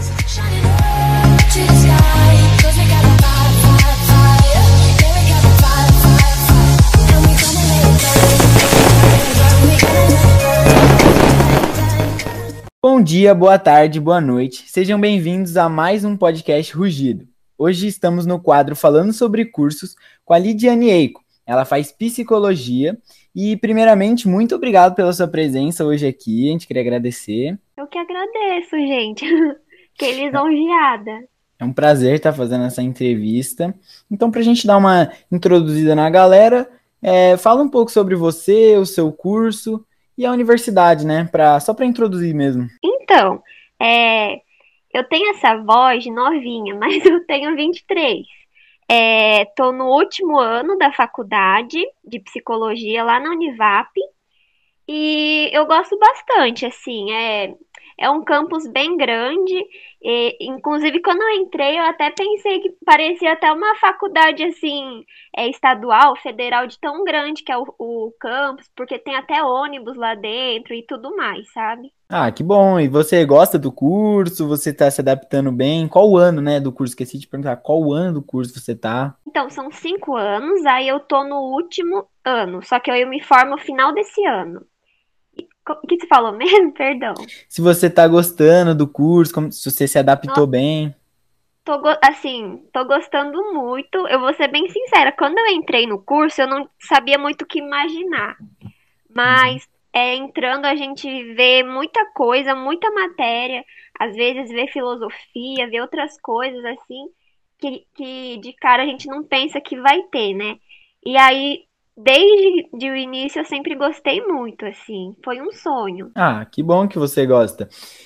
Bom dia, boa tarde, boa noite. Sejam bem-vindos a mais um podcast Rugido. Hoje estamos no quadro Falando sobre Cursos com a Lidiane Eiko. Ela faz psicologia e, primeiramente, muito obrigado pela sua presença hoje aqui. A gente queria agradecer. Eu que agradeço, gente. Fiquei lisonjeada. É um prazer estar fazendo essa entrevista. Então, para a gente dar uma introduzida na galera, fala um pouco sobre você, o seu curso e a universidade, né? Só para introduzir mesmo. Então, eu tenho essa voz de novinha, mas eu tenho 23. Tô no último ano da faculdade de psicologia lá na Univap e eu gosto bastante, assim, é um campus bem grande. Inclusive, quando eu entrei, eu até pensei que parecia até uma faculdade, assim, estadual, federal, de tão grande que é o campus, porque tem até ônibus lá dentro e tudo mais, sabe? Ah, que bom. E você gosta do curso? Você está se adaptando bem? Qual o ano, né, do curso? Esqueci de perguntar. Qual o ano do curso você tá? Então, são 5 anos, aí eu tô no último ano, só que eu me formo no final desse ano. O que você falou mesmo? Perdão. Se você tá gostando do curso, se você se adaptou bem. Assim, tô gostando muito. Eu vou ser bem sincera, quando eu entrei no curso, eu não sabia muito o que imaginar. Mas entrando a gente vê muita coisa, muita matéria, às vezes vê filosofia, vê outras coisas assim, que de cara a gente não pensa que vai ter, né? E aí, desde o início, eu sempre gostei muito, assim, foi um sonho. Ah, que bom que você gosta.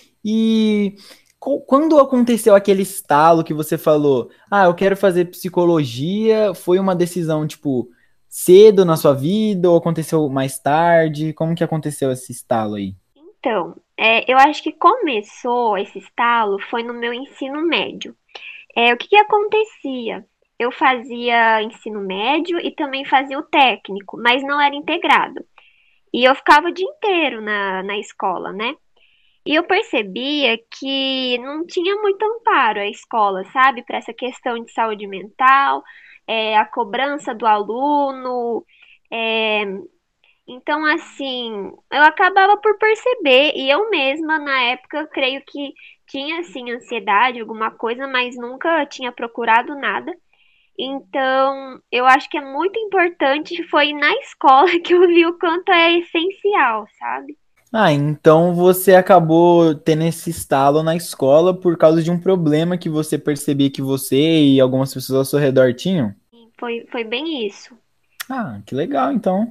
E quando aconteceu aquele estalo que você falou, ah, eu quero fazer psicologia, foi uma decisão, tipo, cedo na sua vida ou aconteceu mais tarde? Como que aconteceu esse estalo aí? Então, eu acho que começou esse estalo foi no meu ensino médio. O que que acontecia? Eu fazia ensino médio e também fazia o técnico, mas não era integrado. E eu ficava o dia inteiro na escola, né? E eu percebia que não tinha muito amparo a escola, sabe, para essa questão de saúde mental, a cobrança do aluno. é, então, assim, eu acabava por perceber, e eu mesma, na época, creio que tinha, assim, ansiedade, alguma coisa, mas nunca tinha procurado nada. Então, eu acho que é muito importante, foi na escola que eu vi o quanto é essencial, sabe? Ah, então você acabou tendo esse estalo na escola por causa de um problema que você percebia que você e algumas pessoas ao seu redor tinham? Foi bem isso. Ah, que legal, então.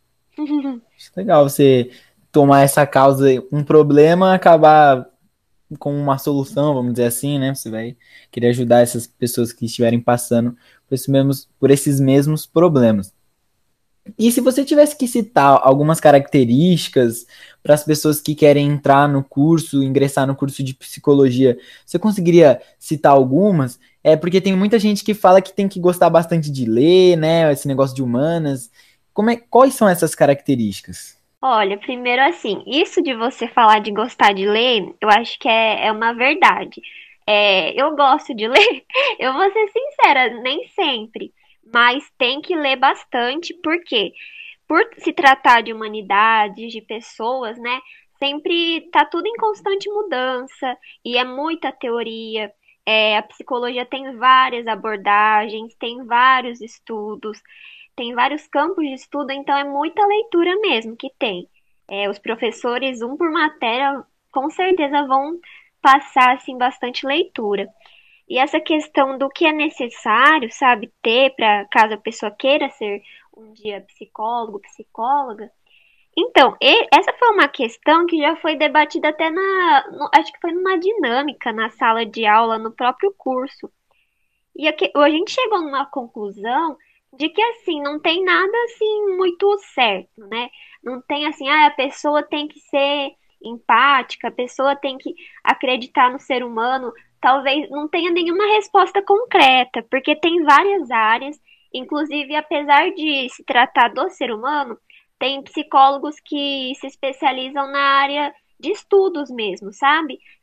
Legal você tomar essa causa, um problema, acabar com uma solução, vamos dizer assim, né? Você vai querer ajudar essas pessoas que estiverem passando por esses mesmos problemas. E se você tivesse que citar algumas características para as pessoas que querem entrar no curso, ingressar no curso de psicologia, você conseguiria citar algumas? É porque tem muita gente que fala que tem que gostar bastante de ler, né? Esse negócio de humanas. Quais são essas características? Olha, primeiro assim, isso de você falar de gostar de ler, eu acho que é uma verdade. Eu gosto de ler, eu vou ser sincera, nem sempre, mas tem que ler bastante, porque por se tratar de humanidades, de pessoas, né, sempre tá tudo em constante mudança e é muita teoria. A psicologia tem várias abordagens, tem vários estudos. Tem vários campos de estudo, então é muita leitura mesmo que tem. Os professores, um por matéria, com certeza vão passar assim bastante leitura. E essa questão do que é necessário, sabe, ter para caso a pessoa queira ser um dia psicólogo, psicóloga. Então, essa foi uma questão que já foi debatida até acho que foi numa dinâmica na sala de aula, no próprio curso. E a gente chegou numa conclusão de que assim, não tem nada assim muito certo, né? Não tem assim, a pessoa tem que ser empática, a pessoa tem que acreditar no ser humano. Talvez não tenha nenhuma resposta concreta, porque tem várias áreas, inclusive apesar de se tratar do ser humano, tem psicólogos que se especializam na área de estudos mesmo, sabe?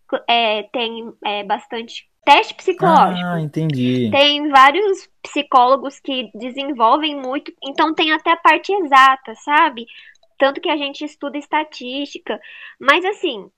tem bastante teste Ah, psicológico. entendi. Tem vários psicólogos que desenvolvem muito, então tem até a parte exata, sabe? Tanto que a gente estuda estatística, mas assim,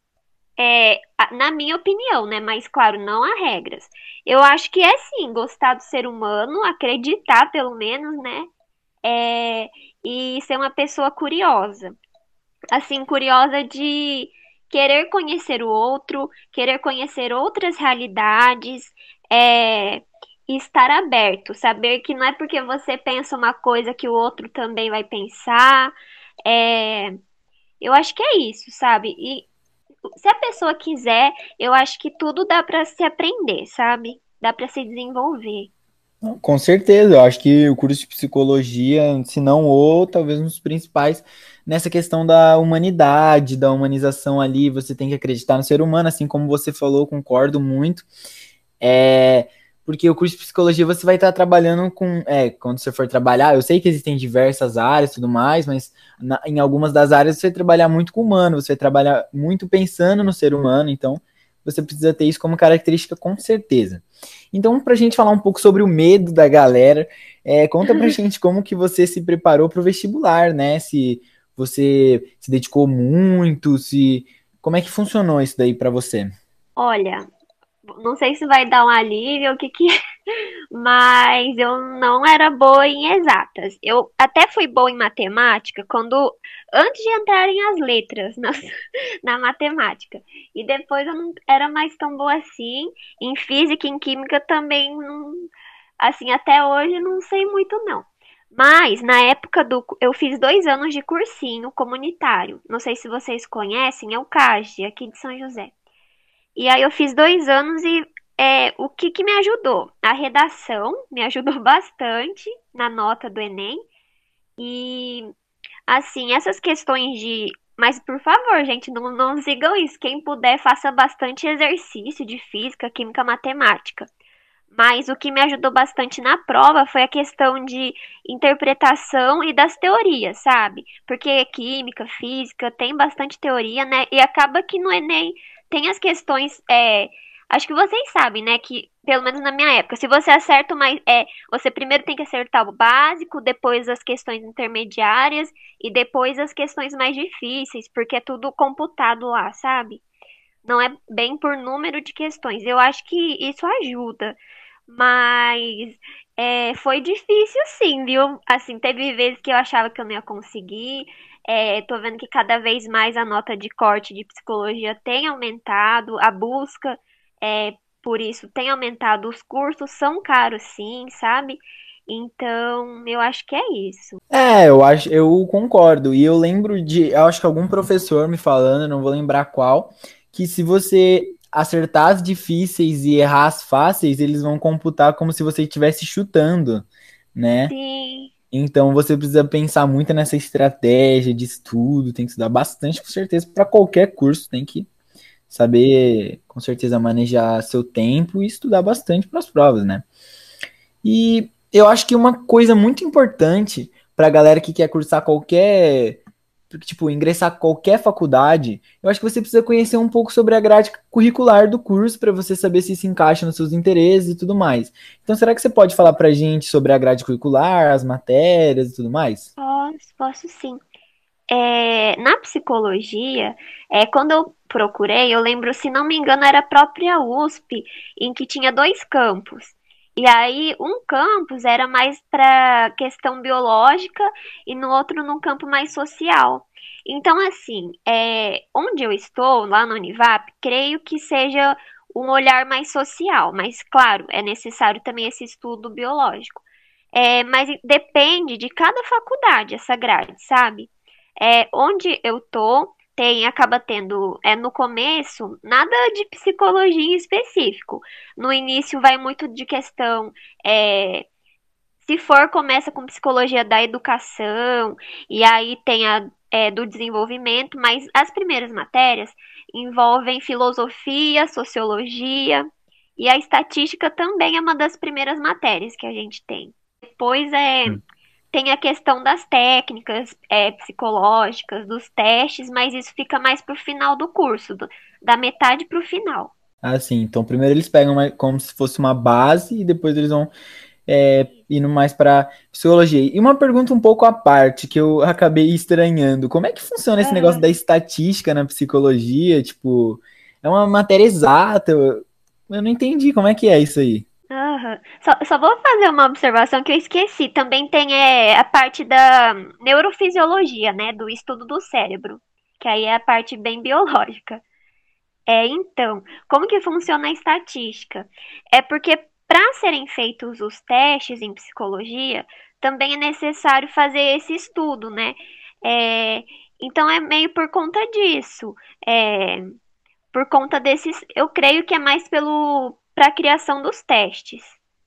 na minha opinião, né? Mas claro, não há regras. Eu acho que é sim gostar do ser humano, acreditar pelo menos, né? É, e ser uma pessoa curiosa. Assim, curiosa de querer conhecer o outro, querer conhecer outras realidades, é, e estar aberto, saber que não é porque você pensa uma coisa que o outro também vai pensar. É, eu acho que é isso, sabe? E se a pessoa quiser, eu acho que tudo dá pra se aprender, sabe? Dá pra se desenvolver. Com certeza, eu acho que o curso de psicologia, se não o, talvez um dos principais nessa questão da humanidade, da humanização ali, você tem que acreditar no ser humano, assim como você falou, concordo muito. É, porque o curso de psicologia você vai estar trabalhando com, quando você for trabalhar, eu sei que existem diversas áreas e tudo mais, mas em algumas das áreas você vai trabalhar muito com o humano, você vai trabalhar muito pensando no ser humano, então você precisa ter isso como característica com certeza. Então, para a gente falar um pouco sobre o medo da galera, conta pra gente como que você se preparou para o vestibular, né? Se você se dedicou muito, se como é que funcionou isso daí para você? Olha, não sei se vai dar um alívio ou o que que é, mas eu não era boa em exatas. Eu até fui boa em matemática quando antes de entrarem as letras na matemática. E depois eu não era mais tão boa assim. Em física e em química também não, assim, até hoje não sei muito não. Mas na época eu fiz 2 anos de cursinho comunitário. Não sei se vocês conhecem, é o CAGE, aqui de São José. E aí eu fiz 2 anos e o que que me ajudou? A redação me ajudou bastante na nota do Enem. E assim, essas questões de. Mas por favor, gente, não sigam isso. Quem puder, faça bastante exercício de física, química, matemática. Mas o que me ajudou bastante na prova foi a questão de interpretação e das teorias, sabe? Porque química, física tem bastante teoria, né? E acaba que no Enem tem as questões. Acho que vocês sabem, né? Que, pelo menos na minha época, se você acerta mais. Você primeiro tem que acertar o básico, depois as questões intermediárias e depois as questões mais difíceis, porque é tudo computado lá, sabe? Não é bem por número de questões. Eu acho que isso ajuda. Mas foi difícil sim, viu? Assim, teve vezes que eu achava que eu não ia conseguir. Tô vendo que cada vez mais a nota de corte de psicologia tem aumentado, a busca por isso tem aumentado, os cursos são caros sim, sabe? Então, eu acho que é isso. Eu acho, eu concordo. E eu lembro eu acho que algum professor me falando, eu não vou lembrar qual, que se você acertar as difíceis e errar as fáceis, eles vão computar como se você estivesse chutando, né? Sim. Então você precisa pensar muito nessa estratégia de estudo, tem que estudar bastante, com certeza, para qualquer curso, tem que saber, com certeza, manejar seu tempo e estudar bastante para as provas, né? E eu acho que uma coisa muito importante para a galera que quer cursar qualquer, tipo, ingressar qualquer faculdade, eu acho que você precisa conhecer um pouco sobre a grade curricular do curso para você saber se encaixa nos seus interesses e tudo mais. Então, será que você pode falar para a gente sobre a grade curricular, as matérias e tudo mais? Posso sim. Na psicologia, quando eu procurei, eu lembro, se não me engano, era a própria USP, em que tinha dois campos. E aí, um campus era mais para questão biológica e no outro num campo mais social. Então, assim, onde eu estou, lá na Univap, creio que seja um olhar mais social, mas claro, é necessário também esse estudo biológico. Mas depende de cada faculdade essa grade, sabe? Onde eu tô, acaba tendo, no começo, nada de psicologia em específico. No início vai muito de questão, se for, começa com psicologia da educação, e aí tem do desenvolvimento, mas as primeiras matérias envolvem filosofia, sociologia, e a estatística também é uma das primeiras matérias que a gente tem. Depois tem a questão das técnicas psicológicas, dos testes, mas isso fica mais pro final do curso, da metade para o final. Assim, então primeiro eles pegam como se fosse uma base e depois eles vão indo mais para psicologia. E uma pergunta um pouco à parte, que eu acabei estranhando. Como é que funciona esse negócio Aham. da estatística na psicologia? Tipo, é uma matéria exata? Eu não entendi como é que é isso aí. Aham. Só vou fazer uma observação que eu esqueci. Também tem a parte da neurofisiologia, né? Do estudo do cérebro. Que aí é a parte bem biológica. Então, como que funciona a estatística? É porque para serem feitos os testes em psicologia, também é necessário fazer esse estudo, né? É, então é meio por conta disso. É, por conta desses, eu creio que é mais pelo para a criação dos testes.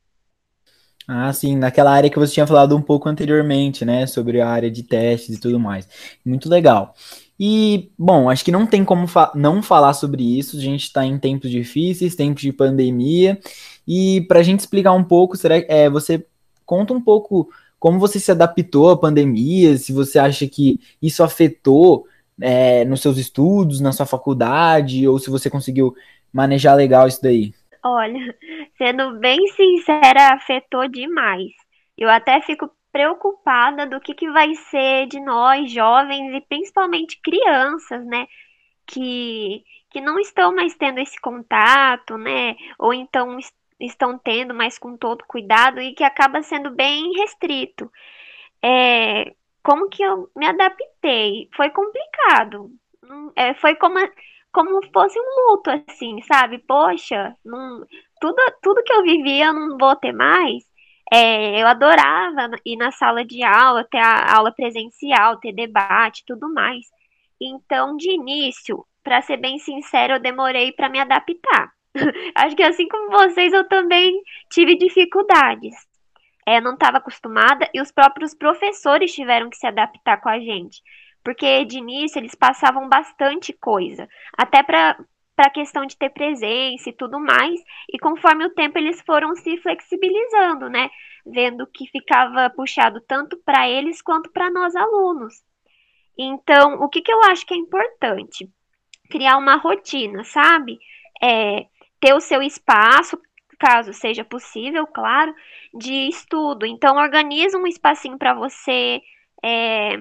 Ah, sim, naquela área que você tinha falado um pouco anteriormente, né, sobre a área de testes e tudo mais. Muito legal. E, bom, acho que não tem como não falar sobre isso. A gente está em tempos difíceis, tempos de pandemia. E para a gente explicar um pouco, será que você conta um pouco como você se adaptou à pandemia, se você acha que isso afetou nos seus estudos, na sua faculdade, ou se você conseguiu manejar legal isso daí. Olha, sendo bem sincera, afetou demais. Eu até fico preocupada do que vai ser de nós, jovens e principalmente crianças, né? Que, que não estão mais tendo esse contato, né? Ou então estão tendo, mas com todo cuidado e que acaba sendo bem restrito. Como que eu me adaptei? Foi complicado. Foi como fosse um luto, assim, sabe? Poxa, tudo que eu vivia eu não vou ter mais. Eu adorava ir na sala de aula, ter a aula presencial, ter debate, tudo mais. Então, de início, para ser bem sincero, eu demorei para me adaptar. Acho que assim como vocês, eu também tive dificuldades. Não estava acostumada e os próprios professores tiveram que se adaptar com a gente, porque de início eles passavam bastante coisa, até para a questão de ter presença e tudo mais, e conforme o tempo eles foram se flexibilizando, né? Vendo que ficava puxado tanto para eles quanto para nós alunos. Então, o que eu acho que é importante? Criar uma rotina, sabe? É, ter o seu espaço, caso seja possível, claro, de estudo. Então, organiza um espacinho para você é,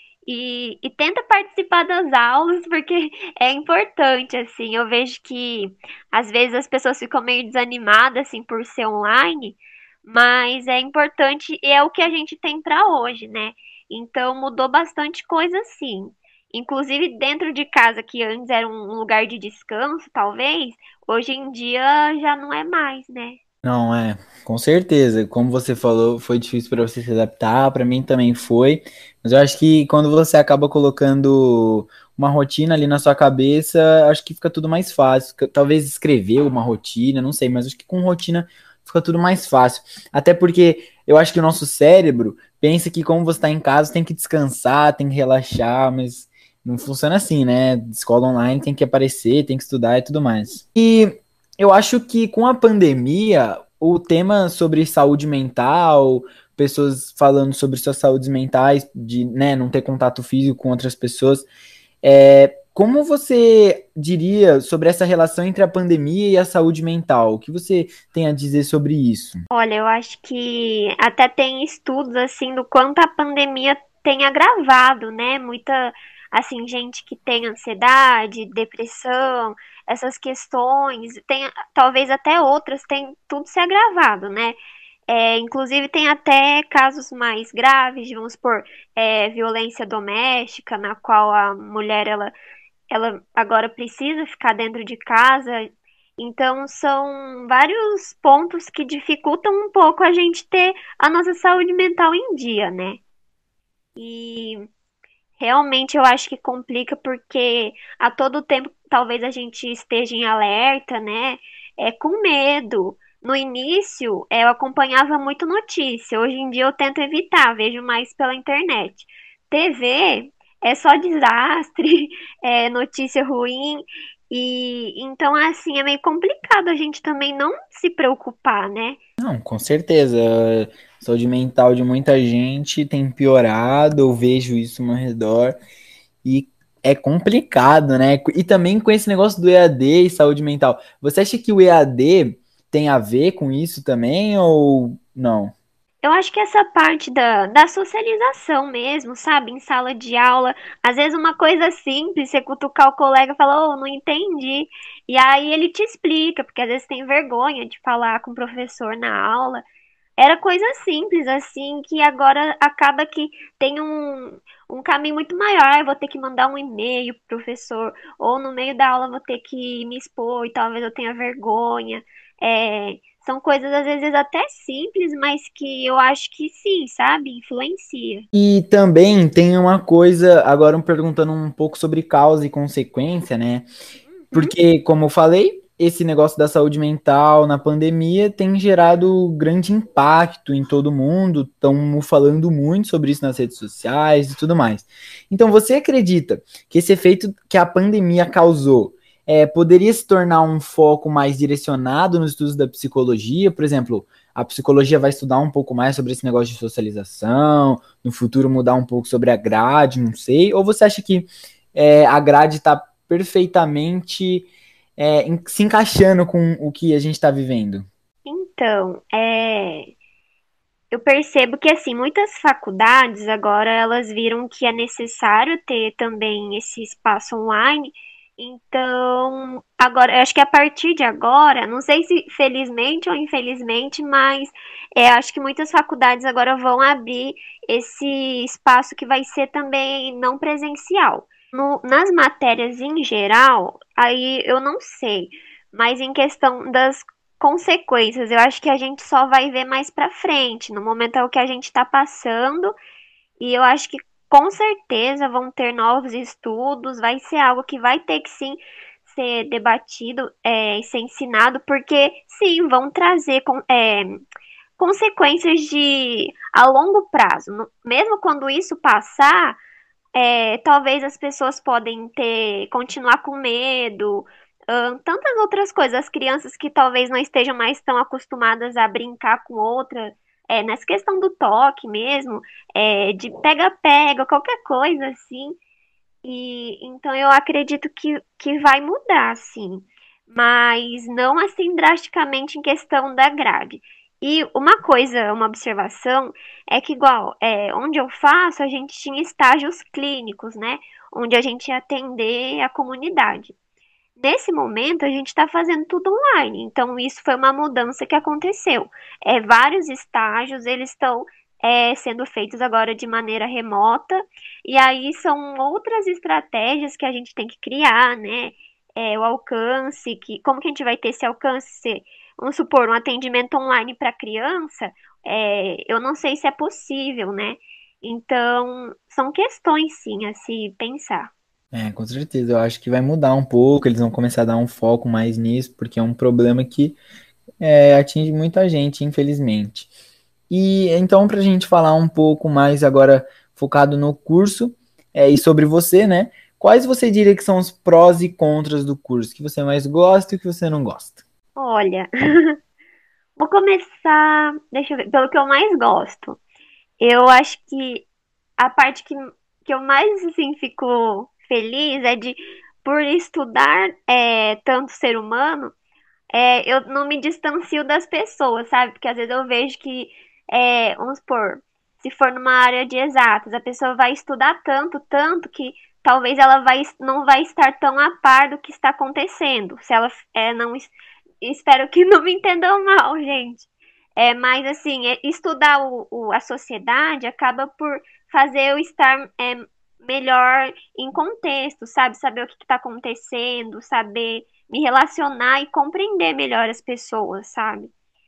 e tenta participar das aulas, porque é importante, assim. Eu vejo que às vezes as pessoas ficam meio desanimadas, assim, por ser online, mas é importante e é o que a gente tem para hoje, né? Então, mudou bastante coisa, sim. Inclusive dentro de casa, que antes era um lugar de descanso, talvez, hoje em dia já não é mais, né? Não, com certeza. Como você falou, foi difícil para você se adaptar, para mim também foi. Mas eu acho que quando você acaba colocando uma rotina ali na sua cabeça, acho que fica tudo mais fácil. Talvez escrever uma rotina, não sei, mas acho que com rotina fica tudo mais fácil. Até porque eu acho que o nosso cérebro pensa que como você está em casa, tem que descansar, tem que relaxar, mas não funciona assim, né? Escola online tem que aparecer, tem que estudar e tudo mais. E eu acho que com a pandemia, o tema sobre saúde mental, pessoas falando sobre suas saúdes mentais, de né, não ter contato físico com outras pessoas, como você diria sobre essa relação entre a pandemia e a saúde mental? O que você tem a dizer sobre isso? Olha, eu acho que até tem estudos assim do quanto a pandemia tem agravado, né? Muita assim gente que tem ansiedade, depressão, essas questões, tem talvez até outras, tem tudo se agravado, né? Inclusive tem até casos mais graves, de, vamos supor, violência doméstica, na qual a mulher ela agora precisa ficar dentro de casa. Então, são vários pontos que dificultam um pouco a gente ter a nossa saúde mental em dia, né? E realmente eu acho que complica porque a todo tempo talvez a gente esteja em alerta, né? Com medo. No início, eu acompanhava muito notícia. Hoje em dia eu tento evitar, vejo mais pela internet. TV é só desastre, é notícia ruim. E então, assim, é meio complicado a gente também não se preocupar, né? Não, com certeza. A saúde mental de muita gente tem piorado, eu vejo isso ao meu redor. E É complicado, né? E também com esse negócio do EAD e saúde mental. Você acha que o EAD tem a ver com isso também ou não? Eu acho que essa parte da socialização mesmo, sabe? Em sala de aula, às vezes uma coisa simples, você cutucar o colega e falar, oh, não entendi. E aí ele te explica, porque às vezes tem vergonha de falar com o professor na aula. Era coisa simples, assim, que agora acaba que tem um caminho muito maior. Ah, eu vou ter que mandar um e-mail pro professor, ou no meio da aula eu vou ter que me expor e talvez eu tenha vergonha. É, são coisas, às vezes, até simples, mas que eu acho que sim, sabe? Influencia. E também tem uma coisa, agora perguntando um pouco sobre causa e consequência, né? Uhum. Porque, como eu falei, esse negócio da saúde mental na pandemia tem gerado grande impacto em todo mundo. Estão falando muito sobre isso nas redes sociais e tudo mais. Então, você acredita que esse efeito que a pandemia causou poderia se tornar um foco mais direcionado nos estudos da psicologia? Por exemplo, a psicologia vai estudar um pouco mais sobre esse negócio de socialização, no futuro mudar um pouco sobre a grade, não sei. Ou você acha que a grade está perfeitamente se encaixando com o que a gente está vivendo? Então, eu percebo que assim, muitas faculdades agora elas viram que é necessário ter também esse espaço online. Então, agora, eu acho que a partir de agora, não sei se felizmente ou infelizmente, mas acho que muitas faculdades agora vão abrir esse espaço que vai ser também não presencial. Nas matérias em geral, aí eu não sei, mas em questão das consequências, eu acho que a gente só vai ver mais pra frente. No momento é o que a gente tá passando, e eu acho que com certeza vão ter novos estudos, vai ser algo que vai ter que sim ser debatido e ser ensinado, porque sim, vão trazer consequências de a longo prazo. Mesmo quando isso passar, talvez as pessoas podem continuar com medo, tantas outras coisas. As crianças que talvez não estejam mais tão acostumadas a brincar com outra, nessa questão do toque mesmo, de pega-pega, qualquer coisa assim. E então eu acredito que vai mudar, sim. Mas não assim drasticamente em questão da grade. E uma coisa, uma observação, é que igual, onde eu faço, a gente tinha estágios clínicos, né? Onde a gente ia atender a comunidade. Nesse momento, a gente está fazendo tudo online. Então, isso foi uma mudança que aconteceu. Vários estágios, eles estão sendo feitos agora de maneira remota. E aí são outras estratégias que a gente tem que criar, né? O alcance, como que a gente vai ter esse alcance? Vamos supor, um atendimento online para criança, eu não sei se é possível, né? Então, são questões, sim, a se pensar. Com certeza, eu acho que vai mudar um pouco, eles vão começar a dar um foco mais nisso, porque é um problema que atinge muita gente, infelizmente. E então, para a gente falar um pouco mais agora focado no curso e sobre você, né? Quais você diria que são os prós e contras do curso? O que você mais gosta e o que você não gosta? Olha, vou começar, deixa eu ver, pelo que eu mais gosto. Eu acho que a parte que eu mais assim fico feliz é de por estudar tanto ser humano, eu não me distancio das pessoas, sabe? Porque às vezes eu vejo que, vamos supor, se for numa área de exatas, a pessoa vai estudar tanto, tanto que talvez ela não vai estar tão a par do que está acontecendo. Se ela não. Espero que não me entendam mal, gente. Mas assim, estudar a sociedade acaba por fazer eu estar melhor em contexto, sabe? Saber o que está acontecendo, saber me relacionar e compreender melhor as pessoas, sabe?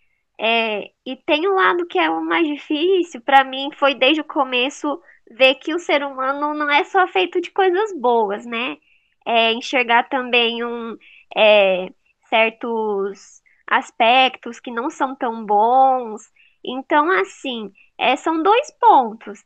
E tem um lado que é o mais difícil, para mim foi desde o começo ver que o ser humano não é só feito de coisas boas, né? Enxergar também é, certos aspectos que não são tão bons. Então, assim, são dois pontos.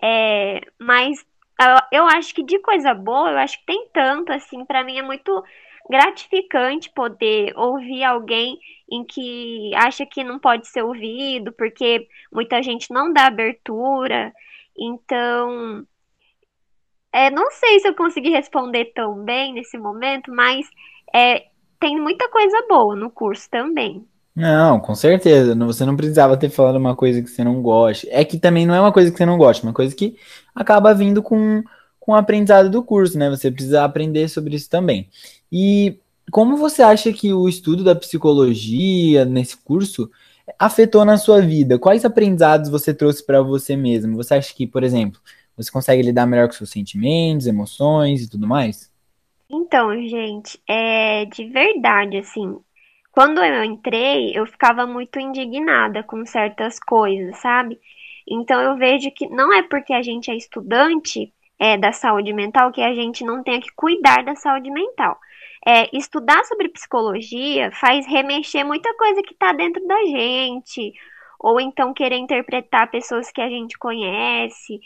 Mas eu acho que de coisa boa, eu acho que tem tanto, assim, para mim é muito gratificante poder ouvir alguém em que acha que não pode ser ouvido, porque muita gente não dá abertura. Então, Não sei se eu consegui responder tão bem nesse momento, mas é, tem muita coisa boa no curso também. Não, com certeza. Você não precisava ter falado uma coisa que você não goste. É que também não é uma coisa que você não gosta, é uma coisa que acaba vindo com o aprendizado do curso, né? Você precisa aprender sobre isso também. E como você acha que o estudo da psicologia nesse curso afetou na sua vida? Quais aprendizados você trouxe para você mesmo? Você acha que, por exemplo, você consegue lidar melhor com seus sentimentos, emoções e tudo mais? Então, gente, de verdade, assim, quando eu entrei, eu ficava muito indignada com certas coisas, sabe? Então eu vejo que não é porque a gente é estudante da saúde mental que a gente não tem que cuidar da saúde mental. Estudar sobre psicologia faz remexer muita coisa que está dentro da gente, ou então querer interpretar pessoas que a gente conhece.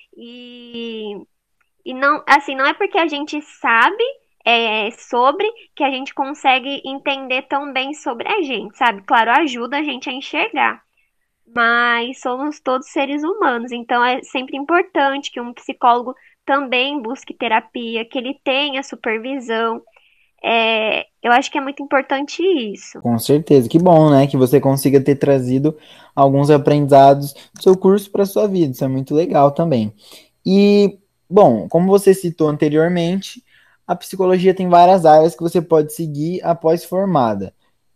E e não, assim, não é porque a gente sabe sobre que a gente consegue entender tão bem sobre a gente, sabe? Claro, ajuda a gente a enxergar, mas somos todos seres humanos, então é sempre importante que um psicólogo também busque terapia, que ele tenha supervisão. Eu acho que é muito importante isso. Com certeza, que bom, né? Que você consiga ter trazido alguns aprendizados do seu curso para sua vida. Isso é muito legal também. E, bom, como você citou anteriormente, a psicologia tem várias áreas que você pode seguir após formada,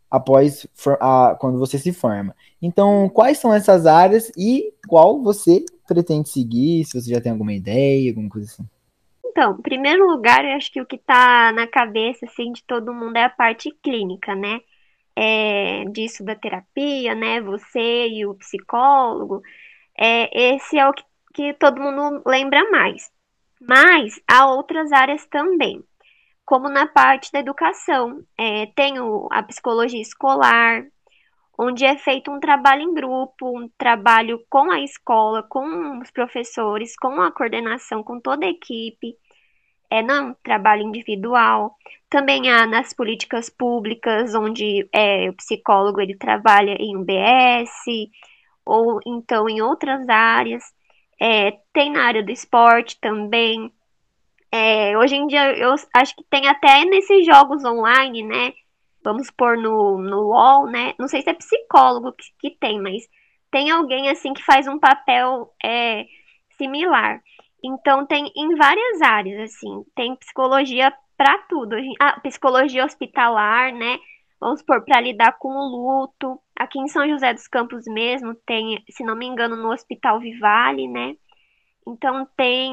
quando você se forma. Então, quais são essas áreas e qual você pretende seguir? Se você já tem alguma ideia, alguma coisa assim. Então, em primeiro lugar, eu acho que o que está na cabeça assim de todo mundo é a parte clínica, né? Disso da terapia, né? Você e o psicólogo. Esse é o que todo mundo lembra mais. Mas há outras áreas também, como na parte da educação. Tem a psicologia escolar, onde é feito um trabalho em grupo, um trabalho com a escola, com os professores, com a coordenação, com toda a equipe. Não é um trabalho individual. Também há nas políticas públicas, onde o psicólogo ele trabalha em UBS, ou então em outras áreas. Tem na área do esporte também. Hoje em dia eu acho que tem até nesses jogos online, né? Vamos pôr no LoL, né? Não sei se é psicólogo que tem, mas tem alguém assim que faz um papel similar. Então tem em várias áreas, assim, tem psicologia para tudo. Psicologia hospitalar, né? Vamos supor, para lidar com o luto. Aqui em São José dos Campos mesmo tem, se não me engano, no Hospital Vivale, né? Então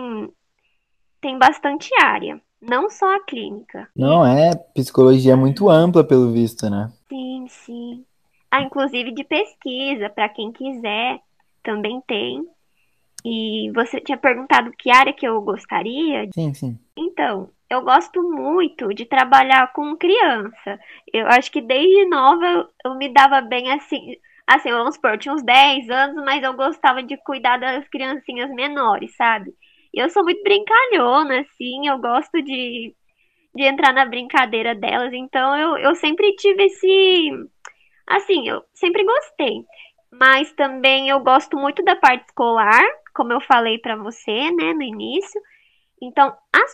tem bastante área, não só a clínica. Não é, psicologia é muito Aham, ampla pelo visto, né? sim, sim. Inclusive de pesquisa, para quem quiser, também tem. E você tinha perguntado que área que eu gostaria. Sim, sim. Então, eu gosto muito de trabalhar com criança. Eu acho que desde nova eu me dava bem assim, vamos supor, eu tinha uns 10 anos, mas eu gostava de cuidar das criancinhas menores, sabe? E eu sou muito brincalhona, assim, eu gosto de entrar na brincadeira delas, então eu sempre tive assim, eu sempre gostei. Mas também eu gosto muito da parte escolar, como eu falei pra você, né, no início. Então,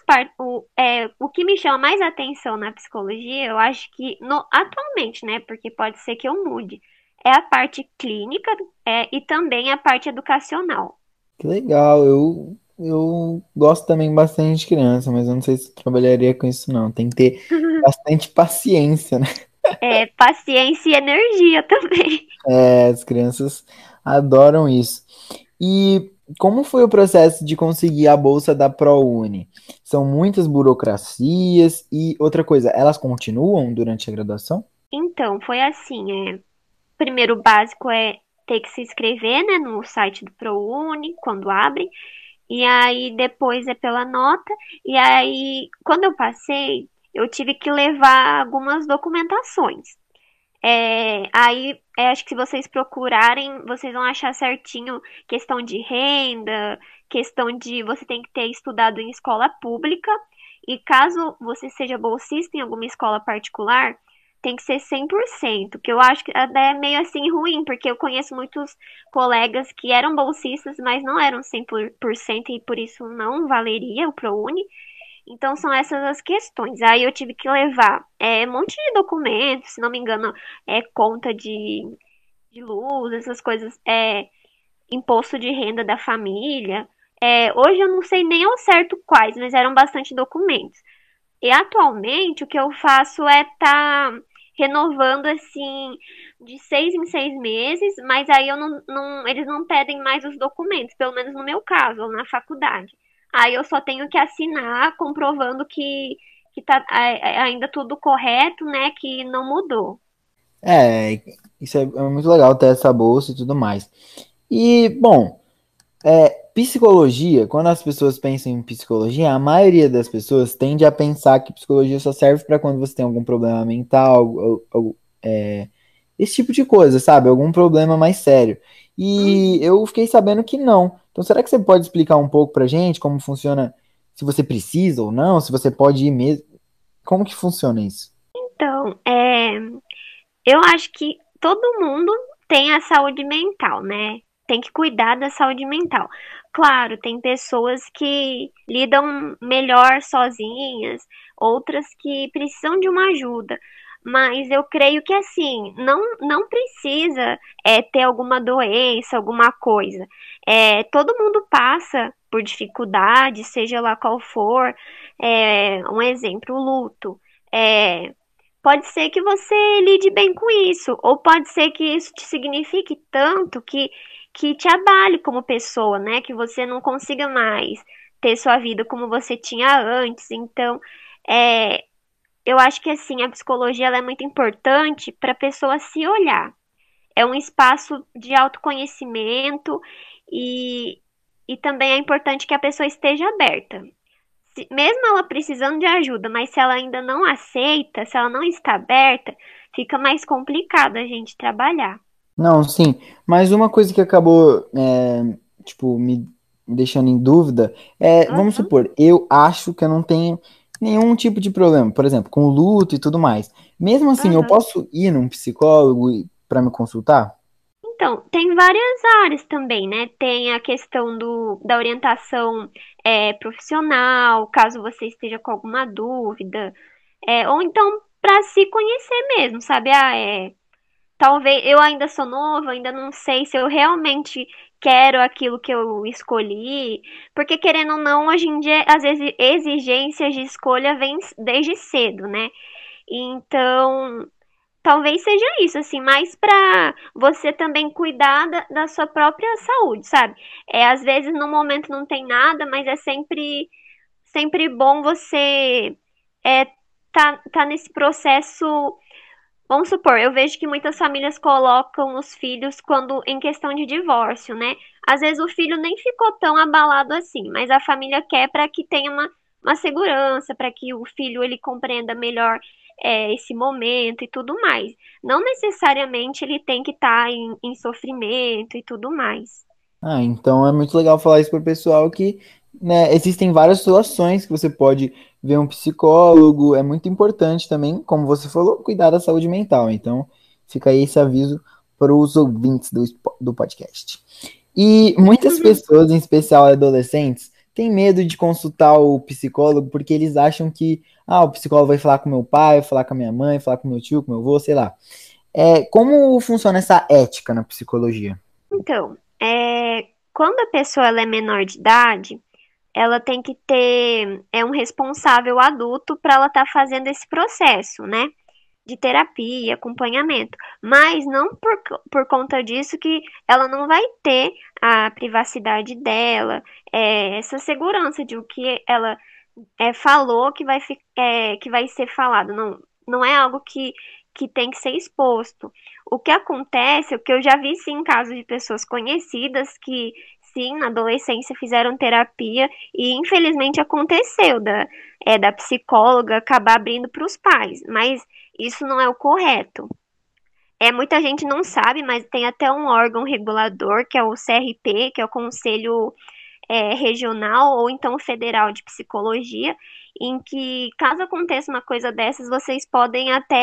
o que me chama mais atenção na psicologia, eu acho que atualmente, né? Porque pode ser que eu mude, é a parte clínica, e também a parte educacional. Que legal, eu gosto também bastante de criança, mas eu não sei se eu trabalharia com isso não. Tem que ter bastante paciência, né? Paciência e energia também. É, as crianças adoram isso. E como foi o processo de conseguir a bolsa da ProUni? São muitas burocracias e outra coisa, elas continuam durante a graduação? Então, foi assim, primeiro o básico é ter que se inscrever, né, no site do ProUni, quando abre, e aí depois é pela nota, e aí quando eu passei, eu tive que levar algumas documentações. Acho que se vocês procurarem, vocês vão achar certinho questão de renda, questão de você tem que ter estudado em escola pública, e caso você seja bolsista em alguma escola particular, tem que ser 100%, que eu acho que até é meio assim ruim, porque eu conheço muitos colegas que eram bolsistas, mas não eram 100% e por isso não valeria o ProUni. Então são essas as questões. Aí eu tive que levar um monte de documentos, se não me engano, conta de luz, essas coisas, imposto de renda da família. Hoje eu não sei nem ao certo quais, mas eram bastante documentos. E atualmente o que eu faço é estar renovando assim de 6 em 6 meses, mas aí eu eles não pedem mais os documentos, pelo menos no meu caso, ou na faculdade. Aí eu só tenho que assinar comprovando que tá ainda tudo correto, né? Que não mudou. É, isso é muito legal ter essa bolsa e tudo mais. E, bom, psicologia, quando as pessoas pensam em psicologia, a maioria das pessoas tende a pensar que psicologia só serve para quando você tem algum problema mental, esse tipo de coisa, sabe? Algum problema mais sério. E Uhum. eu fiquei sabendo que não. Então, será que você pode explicar um pouco pra gente como funciona, se você precisa ou não, se você pode ir mesmo? Como que funciona isso? Então, eu acho que todo mundo tem a saúde mental, né? Tem que cuidar da saúde mental. Claro, tem pessoas que lidam melhor sozinhas, outras que precisam de uma ajuda. Mas eu creio que assim, não precisa ter alguma doença, alguma coisa. Todo mundo passa por dificuldade, seja lá qual for. Um exemplo, o luto. É, Pode ser que você lide bem com isso, ou pode ser que isso te signifique tanto que te abale como pessoa, né? Que você não consiga mais ter sua vida como você tinha antes. Então, é, eu acho que assim, a psicologia ela é muito importante para a pessoa se olhar. É um espaço de autoconhecimento e, e também é importante que a pessoa esteja aberta. Mesmo ela precisando de ajuda, mas se ela ainda não aceita, se ela não está aberta, fica mais complicado a gente trabalhar. Não, sim, mas uma coisa que acabou, tipo, me deixando em dúvida vamos Aham, supor, eu acho que eu não tenho nenhum tipo de problema, por exemplo, com luto e tudo mais. Mesmo assim, eu aham. posso ir num psicólogo para me consultar? Então, tem várias áreas também, né? Tem a questão da orientação profissional, caso você esteja com alguma dúvida, ou então para se conhecer mesmo, sabe? Talvez eu ainda sou nova, ainda não sei se eu realmente quero aquilo que eu escolhi, porque querendo ou não, hoje em dia as exigências de escolha vêm desde cedo, né? Então, talvez seja isso, assim, mais pra você também cuidar da sua própria saúde, sabe? Às vezes no momento não tem nada, mas é sempre bom você tá nesse processo. Vamos supor, eu vejo que muitas famílias colocam os filhos quando em questão de divórcio, né? Às vezes o filho nem ficou tão abalado assim, mas a família quer para que tenha uma segurança, para que o filho ele compreenda melhor esse momento e tudo mais. Não necessariamente ele tem que estar em sofrimento e tudo mais. Ah, então é muito legal falar isso para o pessoal que, né, existem várias situações que você pode ver um psicólogo, é muito importante também, como você falou, cuidar da saúde mental. Então, fica aí esse aviso para os ouvintes do podcast. E muitas pessoas, em especial adolescentes, têm medo de consultar o psicólogo porque eles acham que, o psicólogo vai falar com meu pai, vai falar com a minha mãe, vai falar com meu tio, com meu avô, sei lá. Como funciona essa ética na psicologia? Então, quando a pessoa ela é menor de idade, ela tem que ter um responsável adulto para ela estar fazendo esse processo, né? De terapia, acompanhamento. Mas não por conta disso que ela não vai ter a privacidade dela, essa segurança de o que ela falou que vai ser falado. Não é algo que tem que ser exposto. O que acontece, o que eu já vi sim em casos de pessoas conhecidas que sim, na adolescência fizeram terapia e infelizmente aconteceu da psicóloga acabar abrindo para os pais, mas isso não é o correto. Muita gente não sabe, mas tem até um órgão regulador, que é o CRP, que é o Conselho Regional ou então Federal de Psicologia, em que, caso aconteça uma coisa dessas, vocês podem até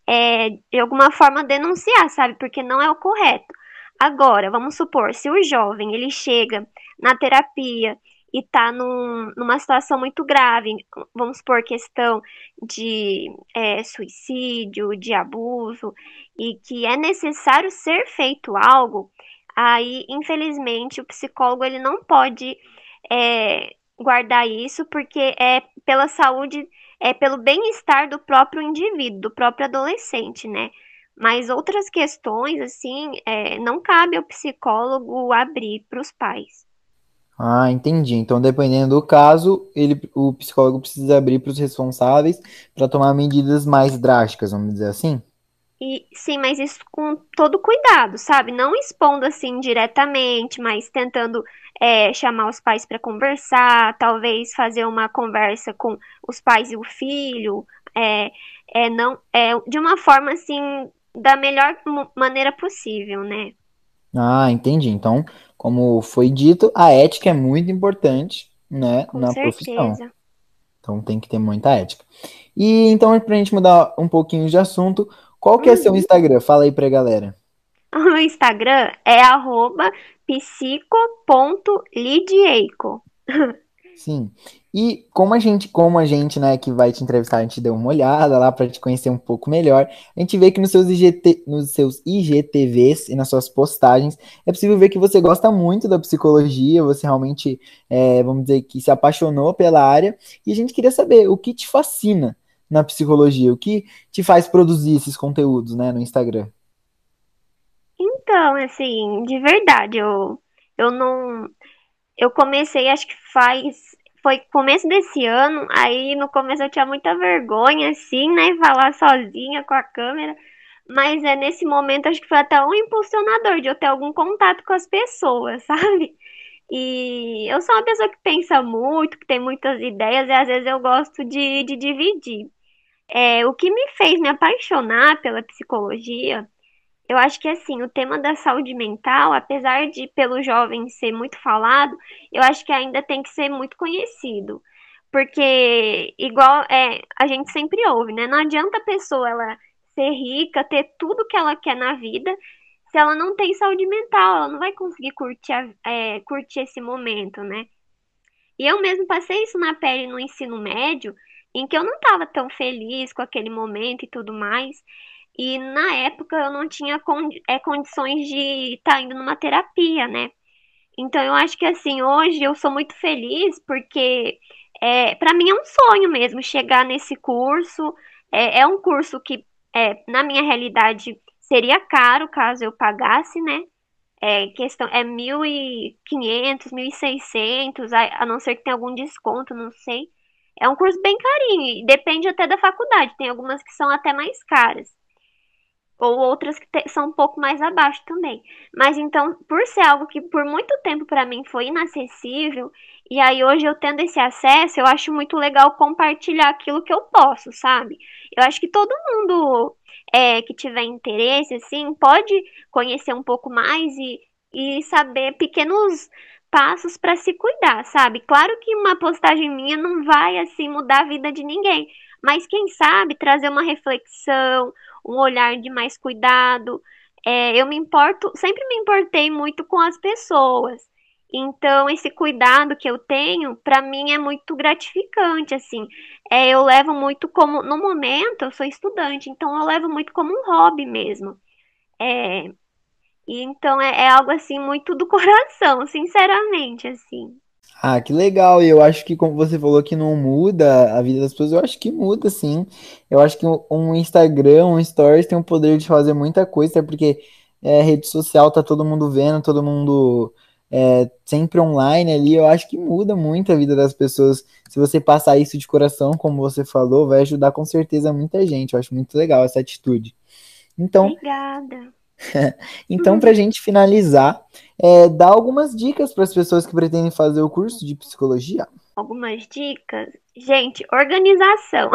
de alguma forma denunciar, sabe? Porque não é o correto. Agora, vamos supor, se o jovem ele chega na terapia e está numa situação muito grave, vamos supor questão de suicídio, de abuso, e que é necessário ser feito algo, aí, infelizmente, o psicólogo ele não pode guardar isso, porque é pela saúde, é pelo bem-estar do próprio indivíduo, do próprio adolescente, né? Mas outras questões, assim, não cabe ao psicólogo abrir para os pais. Ah, entendi. Então, dependendo do caso, o psicólogo precisa abrir para os responsáveis para tomar medidas mais drásticas, vamos dizer assim? E sim, mas isso com todo cuidado, sabe? Não expondo assim diretamente, mas tentando chamar os pais para conversar, talvez fazer uma conversa com os pais e o filho, não, de uma forma assim, da melhor maneira possível, né? Ah, entendi. Então, como foi dito, a ética é muito importante, né, Com na profissão. certeza. Então, tem que ter muita ética. E então, para a gente mudar um pouquinho de assunto, qual que é seu Uhum. Instagram? Fala aí pra galera. O Instagram é @psico.lidieico. Sim. E como a gente, né, que vai te entrevistar, a gente deu uma olhada lá para te conhecer um pouco melhor. A gente vê que nos seus IGTVs e nas suas postagens é possível ver que você gosta muito da psicologia, você realmente, vamos dizer, que se apaixonou pela área. E a gente queria saber o que te fascina na psicologia, o que te faz produzir esses conteúdos, né, no Instagram. Então, assim, de verdade, eu não. Eu comecei, acho que foi começo desse ano, aí no começo eu tinha muita vergonha, assim, né, falar sozinha com a câmera, mas nesse momento acho que foi até um impulsionador de eu ter algum contato com as pessoas, sabe? E eu sou uma pessoa que pensa muito, que tem muitas ideias, e às vezes eu gosto de dividir. O que me fez me apaixonar pela psicologia, eu acho que assim, o tema da saúde mental, apesar de pelo jovem ser muito falado, eu acho que ainda tem que ser muito conhecido. Porque igual a gente sempre ouve, né? Não adianta a pessoa ela ser rica, ter tudo que ela quer na vida, se ela não tem saúde mental, ela não vai conseguir curtir, curtir esse momento, né? E eu mesmo passei isso na pele no ensino médio, em que eu não estava tão feliz com aquele momento e tudo mais. E na época eu não tinha condições de estar indo numa terapia, né? Então eu acho que assim, hoje eu sou muito feliz porque para mim é um sonho mesmo chegar nesse curso. É um curso que, na minha realidade, seria caro caso eu pagasse, né? Questão é 1.500, 1.600, a não ser que tenha algum desconto, não sei. É um curso bem carinho, e depende até da faculdade. Tem algumas que são até mais caras ou outras que são um pouco mais abaixo também. Mas então, por ser algo que por muito tempo para mim foi inacessível, e aí hoje eu tendo esse acesso, eu acho muito legal compartilhar aquilo que eu posso, sabe? Eu acho que todo mundo que tiver interesse, assim, pode conhecer um pouco mais e saber pequenos passos para se cuidar, sabe? Claro que uma postagem minha não vai assim mudar a vida de ninguém, mas quem sabe trazer uma reflexão, um olhar de mais cuidado. Eu me importo, sempre me importei muito com as pessoas. Então, esse cuidado que eu tenho, para mim é muito gratificante, assim. Eu levo muito como, no momento, eu sou estudante, então eu levo muito como um hobby mesmo. É, e então é algo assim muito do coração, sinceramente, assim. Ah, que legal. E eu acho que, como você falou que não muda a vida das pessoas, eu acho que muda, sim. Eu acho que um Instagram, um Stories tem o poder de fazer muita coisa, até porque rede social tá todo mundo vendo, todo mundo sempre online ali. Eu acho que muda muito a vida das pessoas. Se você passar isso de coração, como você falou, vai ajudar com certeza muita gente. Eu acho muito legal essa atitude. Então, Obrigada. então, para a gente finalizar, dá algumas dicas para as pessoas que pretendem fazer o curso de psicologia. Algumas dicas. Gente, organização.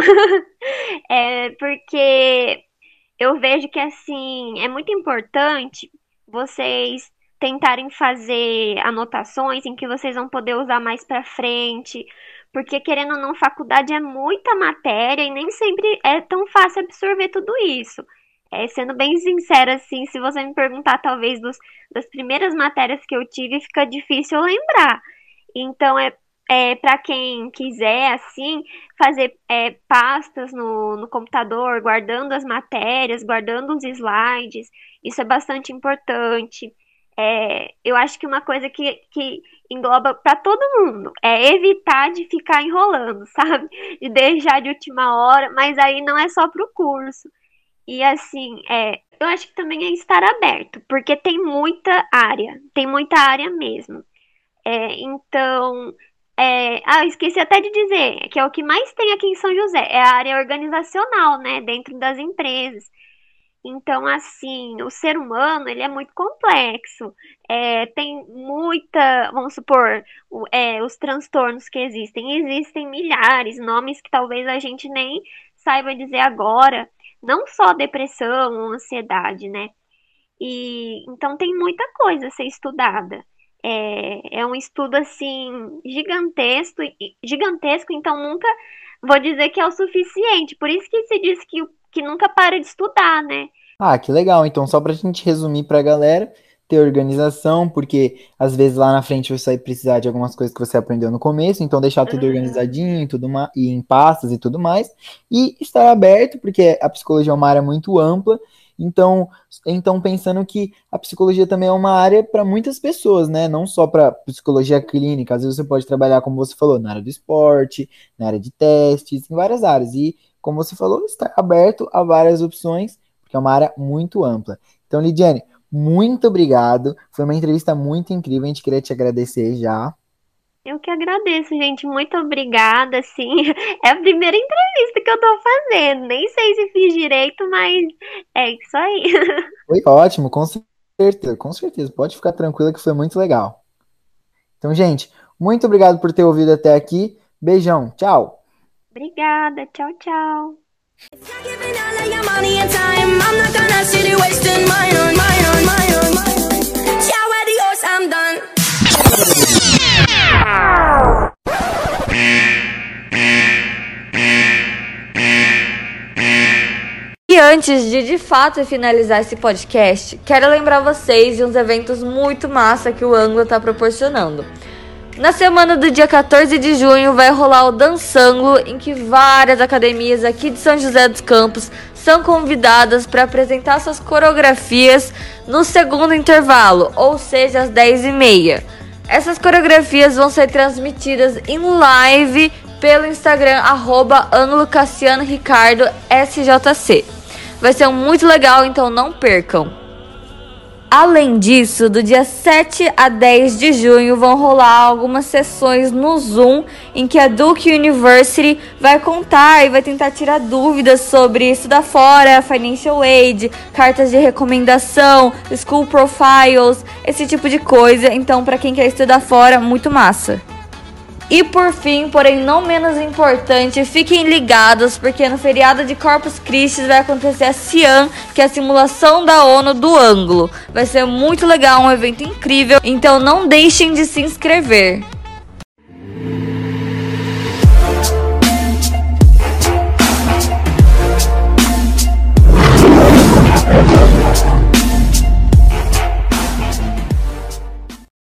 Porque eu vejo que assim é muito importante vocês tentarem fazer anotações em que vocês vão poder usar mais para frente, porque querendo ou não, faculdade é muita matéria e nem sempre é tão fácil absorver tudo isso. Sendo bem sincera, assim, se você me perguntar talvez das primeiras matérias que eu tive, fica difícil eu lembrar. Então, para quem quiser, assim, fazer pastas no computador, guardando as matérias, guardando os slides, isso é bastante importante. Eu acho que uma coisa que engloba para todo mundo é evitar de ficar enrolando, sabe? De deixar de última hora, mas aí não é só para o curso. E assim, eu acho que também é estar aberto, porque tem muita área mesmo. Então, eu esqueci até de dizer que é o que mais tem aqui em São José, é a área organizacional, né, dentro das empresas. Então, assim, o ser humano, ele é muito complexo. Tem muita, vamos supor, os transtornos que existem milhares, nomes que talvez a gente nem saiba dizer agora. Não só depressão, ansiedade, né? E então tem muita coisa a ser estudada. É um estudo assim gigantesco, então nunca vou dizer que é o suficiente. Por isso que se diz que nunca para de estudar, né? Ah, que legal. Então, só pra gente resumir pra galera, ter organização, porque às vezes lá na frente você vai precisar de algumas coisas que você aprendeu no começo, então deixar tudo Uhum. organizadinho e em pastas e tudo mais. E estar aberto, porque a psicologia é uma área muito ampla. Então, pensando que a psicologia também é uma área para muitas pessoas, né? Não só para psicologia clínica. Às vezes você pode trabalhar, como você falou, na área do esporte, na área de testes, em várias áreas. E, como você falou, estar aberto a várias opções porque é uma área muito ampla. Então, Lidiane, muito obrigado. Foi uma entrevista muito incrível. A gente queria te agradecer já. Eu que agradeço, gente. Muito obrigada, sim. É a primeira entrevista que eu tô fazendo. Nem sei se fiz direito, mas é isso aí. Foi ótimo, com certeza, com certeza. Pode ficar tranquila que foi muito legal. Então, gente, muito obrigado por ter ouvido até aqui. Beijão, tchau. Obrigada. Tchau, tchau. E antes de fato finalizar esse podcast, quero lembrar vocês de uns eventos muito massa que o Ângulo está proporcionando. Na semana do dia 14 de junho vai rolar o Dançanglo, em que várias academias aqui de São José dos Campos são convidadas para apresentar suas coreografias no segundo intervalo, ou seja, às 10h30. Essas coreografias vão ser transmitidas em live pelo Instagram @AnguloCassianoRicardoSJC. Vai ser muito legal, então não percam. Além disso, do dia 7 a 10 de junho vão rolar algumas sessões no Zoom em que a Duke University vai contar e vai tentar tirar dúvidas sobre estudar fora, financial aid, cartas de recomendação, school profiles, esse tipo de coisa. Então, para quem quer estudar fora, muito massa. E por fim, porém não menos importante, fiquem ligados porque no feriado de Corpus Christi vai acontecer a CIAN, que é a simulação da ONU do Ângulo. Vai ser muito legal, um evento incrível, então não deixem de se inscrever.